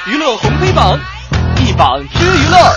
娱乐红黑榜，一榜之娱乐。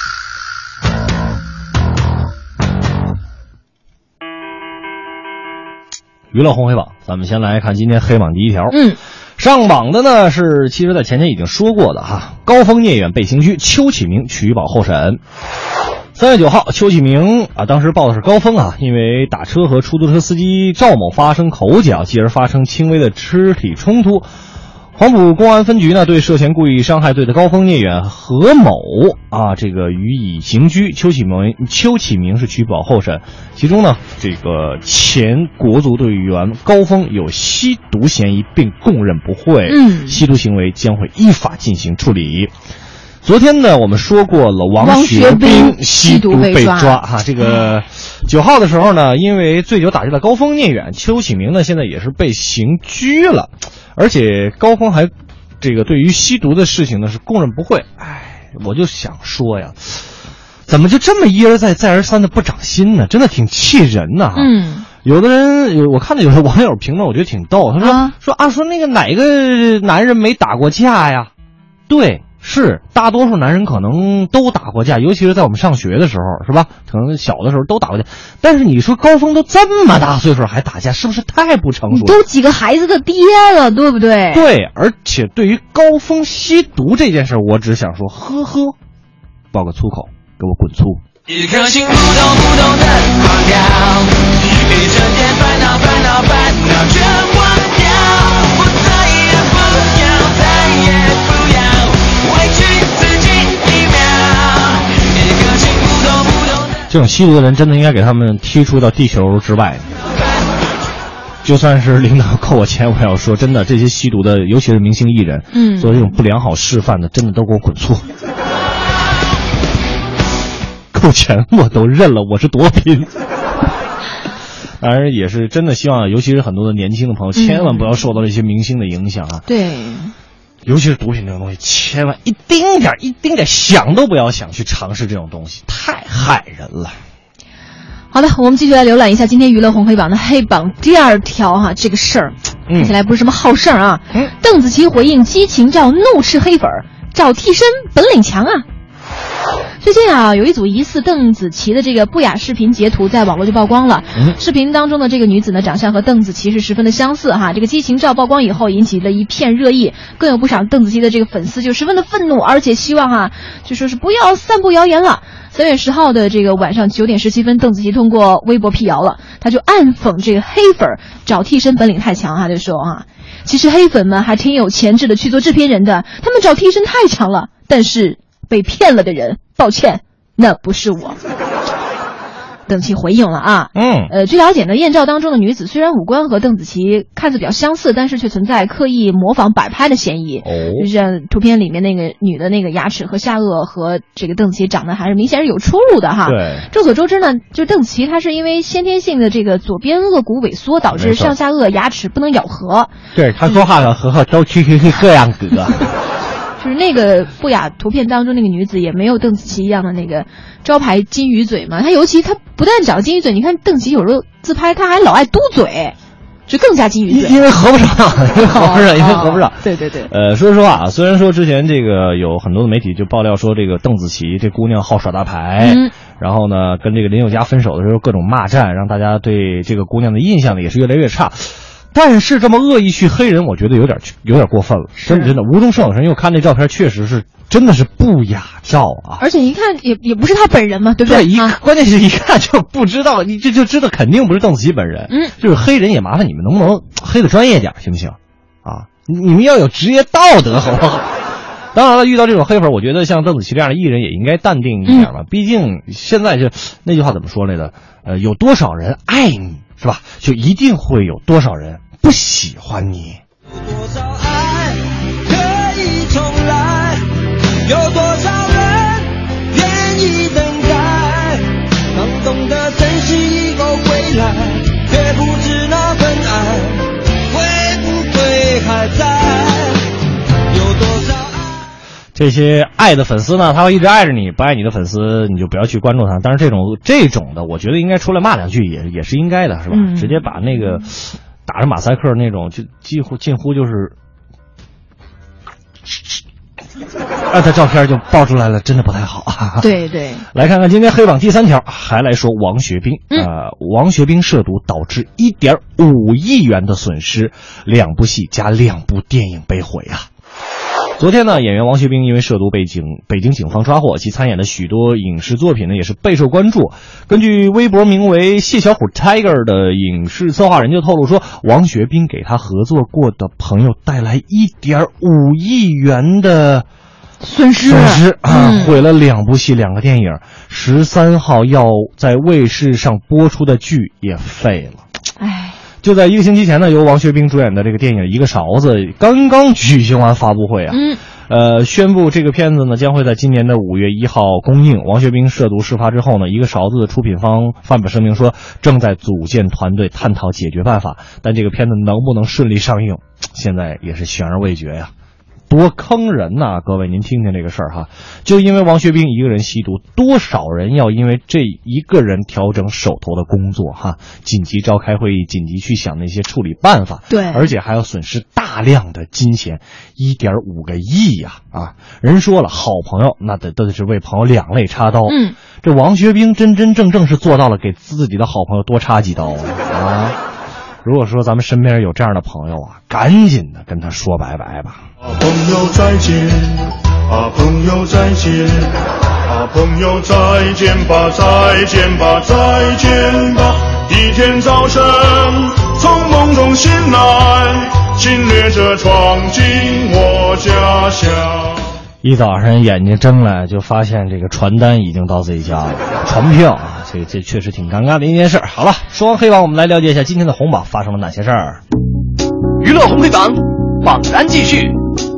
娱乐红黑榜，咱们先来看今天黑榜第一条。上榜的呢是其实在前天已经说过的哈，高峰聂远被刑拘，邱启明取保候审。3月9号，邱启明当时报的是高峰因为打车和出租车司机赵某发生口角，继而发生轻微的肢体冲突。黄埔公安分局呢对涉嫌故意伤害罪的高峰、聂远、何某这个予以刑拘，邱启明是取保候审。其中呢，这个前国足队员高峰有吸毒嫌疑，并供认不讳，吸毒行为将会依法进行处理。昨天呢，我们说过了，王学兵吸毒被抓这个9号的时候呢，因为醉酒打架的高峰、聂远、邱启明呢，现在也是被刑拘了。而且高峰还这个对于吸毒的事情呢是供认不讳。我就想说呀，怎么就这么一而再再而三的不长心呢？真的挺气人的有的人我看到有的网友评论，我觉得挺逗。他说那个哪个男人没打过架呀？对，是大多数男人可能都打过架，尤其是在我们上学的时候，是吧？可能小的时候都打过架。但是你说高峰都这么大岁数还打架，是不是太不成熟了？ 都几个孩子的爹了，对不对？ 对，而且对于高峰吸毒这件事，我只想说，爆个粗口，给我滚粗！ 一颗心扑通扑通的狂跳，一瞬间烦恼全忘掉，我再也不要委屈自己一秒，一颗心扑通扑通的。 这种吸毒的人真的应该给他们踢出到地球之外。就算是领导扣我钱，我也要说真的，这些吸毒的，尤其是明星艺人，做这种不良好示范的，真的都给我滚粗！扣钱我都认了，我是多拼。当然也是真的希望，尤其是很多的年轻的朋友，千万不要受到这些明星的影响对， 尤其是毒品这种东西，千万一丁点想都不要想去尝试这种东西，太害人了。 好的，我们继续来浏览一下今天娱乐红黑榜的黑榜第2条这个事儿看起来不是什么好事儿邓紫棋回应激情照怒斥黑粉，找替身本领强最近有一组疑似邓紫棋的这个不雅视频截图在网络就曝光了。视频当中的这个女子呢，长相和邓紫棋是十分的相似这个激情照曝光以后，引起了一片热议，更有不少邓紫棋的这个粉丝就十分的愤怒，而且希望就说是不要散布谣言了。3月10号的这个晚上9点17分，邓紫棋通过微博辟谣了，她就暗讽这个黑粉找替身本领太强就说其实黑粉们还挺有潜质的去做制片人的，他们找替身太强了，但是被骗了的人，抱歉，那不是我。邓紫棋回应了据了解呢，艳照当中的女子虽然五官和邓紫棋看似比较相似，但是却存在刻意模仿摆拍的嫌疑。就像图片里面那个女的那个牙齿和下颚和这个邓紫棋长得还是明显是有出入的对， 众所周知呢，就邓紫棋她是因为先天性的这个左边颚骨萎缩，导致上下颚牙齿不能咬合。 对，她说话和都去这样子的。 就是那个不雅图片当中那个女子也没有邓紫棋一样的那个招牌金鱼嘴嘛，她尤其她不但长金鱼嘴，你看邓紫棋有时候自拍她还老爱嘟嘴，就更加金鱼嘴， 因为合不上，因为合不上。 对对对。 说实话虽然说之前这个有很多的媒体就爆料说这个邓紫棋这姑娘好耍大牌，然后呢跟这个林宥嘉分手的时候各种骂战，让大家对这个姑娘的印象呢也是越来越差。但是这么恶意去黑人，我觉得有点过分了，真的无中生有。因为我看那照片确实是真的是不雅照而且一看也不是他本人嘛，对不对？ 关键是一看就不知道，你这就知道肯定不是邓紫棋本人。就是黑人也麻烦你们能不能黑的专业点，行不行？你们要有职业道德，好不好？当然了，遇到这种黑粉，我觉得像邓紫棋这样的艺人也应该淡定一点嘛。毕竟现在就那句话怎么说来的？有多少人爱你，是吧？就一定会有多少人不喜欢你。 有多少爱可以重来？有多少人愿意等待？当懂得珍惜以后归来，却不知那份爱会不会还在？有多少爱？ 这些爱的粉丝呢，他会一直爱着你；不爱你的粉丝，你就不要去关注他。当然，这种的，我觉得应该出来骂两句也是应该的，是吧？直接把那个打着马赛克那种，就近乎就是他照片就爆出来了，真的不太好啊。 对对， 来看看今天黑榜第3条，还来说王学兵。王学兵涉毒导致1.5亿元的损失，2部戏加2部电影被毁啊。昨天呢，演员王学兵因为涉毒被北京警方抓获，其参演的许多影视作品呢也是备受关注。根据微博名为谢小虎 Tiger 的影视策划人就透露说，王学兵给他合作过的朋友带来1.5亿元的损失啊，毁了2部戏2个电影，13号要在卫视上播出的剧也废了。 哎。 就在1个星期前呢，由王学兵主演的这个电影《一个勺子》刚刚举行完发布会啊，宣布这个片子呢将会在今年的5月1号公映。王学兵涉毒事发之后呢，《一个勺子》的出品方发表声明说，正在组建团队探讨解决办法，但这个片子能不能顺利上映，现在也是悬而未决呀。多坑人呐！各位，您听听这个事儿哈，就因为王学兵一个人吸毒，多少人要因为这一个人调整手头的工作哈，紧急召开会议，紧急去想那些处理办法， 对， 而且还要损失大量的金钱，1.5个亿呀！啊，人说了，好朋友那得是为朋友两肋插刀，这王学兵真正是做到了给自己的好朋友多插几刀啊！如果说咱们身边有这样的朋友啊，赶紧的跟他说拜拜吧。 朋友再见，朋友再见，朋友再见吧，再见吧，再见吧。一天早晨从梦中醒来，侵略者闯进我家乡。 一早上眼睛睁来就发现这个传单已经到自己家了，传票啊，这确实挺尴尬的一件事。好了，说完黑榜，我们来了解一下今天的红榜发生了哪些事儿。 娱乐红黑榜，榜单继续。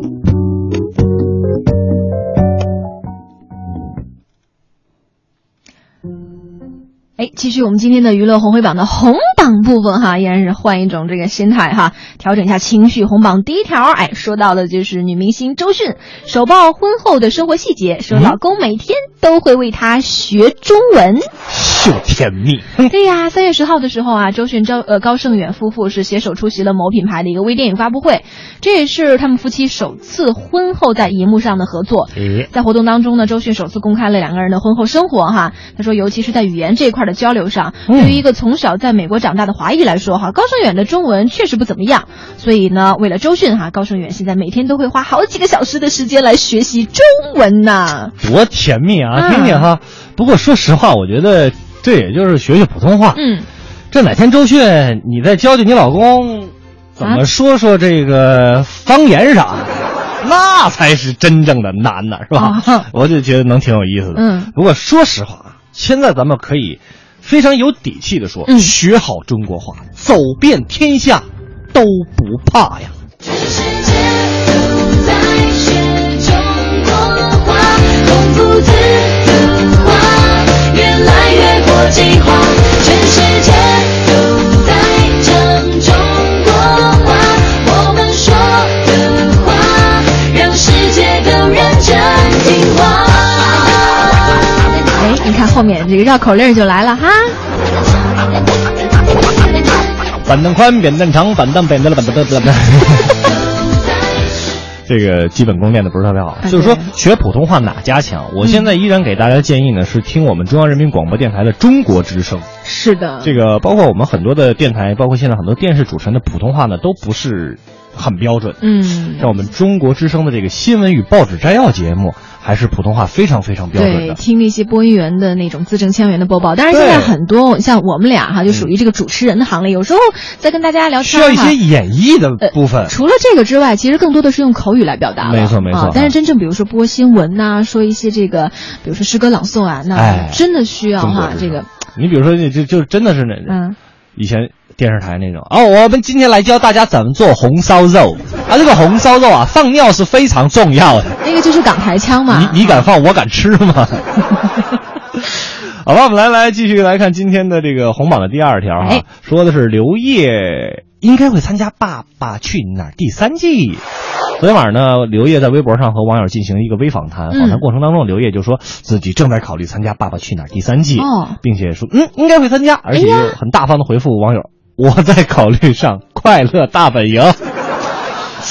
继续我们今天的娱乐红黑榜的红榜部分哈，依然是换一种这个心态哈，调整一下情绪。红榜第1条，说到的就是女明星周迅首曝婚后的生活细节，说老公每天都会为她学中文， 秀甜蜜。 对呀，3月10号的时候啊，周迅高胜远夫妇是携手出席了某品牌的一个微电影发布会，这也是他们夫妻首次婚后在荧幕上的合作。在活动当中呢，周迅首次公开了2个人的婚后生活哈，他说尤其是在语言这一块的交流上，对于一个从小在美国长大的华裔来说哈，高胜远的中文确实不怎么样，所以呢，为了周迅哈，高胜远现在每天都会花好几个小时的时间来学习中文呐， 多甜蜜啊！听听哈。不过说实话，我觉得这也就是学学普通话。这哪天周迅你再教教你老公怎么说这个方言啥，那才是真正的难呢，是吧？我就觉得能挺有意思的。不过说实话，现在咱们可以非常有底气的说，学好中国话，走遍天下都不怕呀。 全世界都在学中国话，丰富自由化，越来越国际化。全世界都在讲中国话，我们说的话让世界更认真听话。 你看后面这个绕口令就来了哈。 板凳宽，扁担长，板凳扁担了，板凳。这个基本功练的不是特别好，就是说学普通话哪家强？我现在依然给大家建议呢，是听我们中央人民广播电台的中国之声。 是的， 这个包括我们很多的电台，包括现在很多电视主持人的普通话呢，都不是很标准。像我们中国之声的这个新闻与报纸摘要节目，还是普通话非常非常标准的。 对，听那些播音员的那种字正腔圆的播报。当然现在很多像我们俩哈，就属于这个主持人的行列，有时候在跟大家聊天需要一些演绎的部分。 除了这个之外，其实更多的是用口语来表达了。 没错没错。 但是真正比如说播新闻呐，说一些这个，比如说诗歌朗诵啊，那真的需要哈这个。 你比如说，就真的是以前电视台那种我们今天来教大家怎么做红烧肉啊！这个红烧肉啊，放尿是非常重要的。 那个就是港台腔嘛。 你敢放，我敢吃吗？好吧，我们来继续来看今天的这个红榜的第2条哈，说的是刘烨应该会参加《爸爸去哪儿》第3季。昨天晚上呢，刘烨在微博上和网友进行一个微访谈，访谈过程当中，刘烨就说自己正在考虑参加《爸爸去哪儿》第3季，并且说应该会参加，而且很大方的回复网友，我在考虑上《快乐大本营》。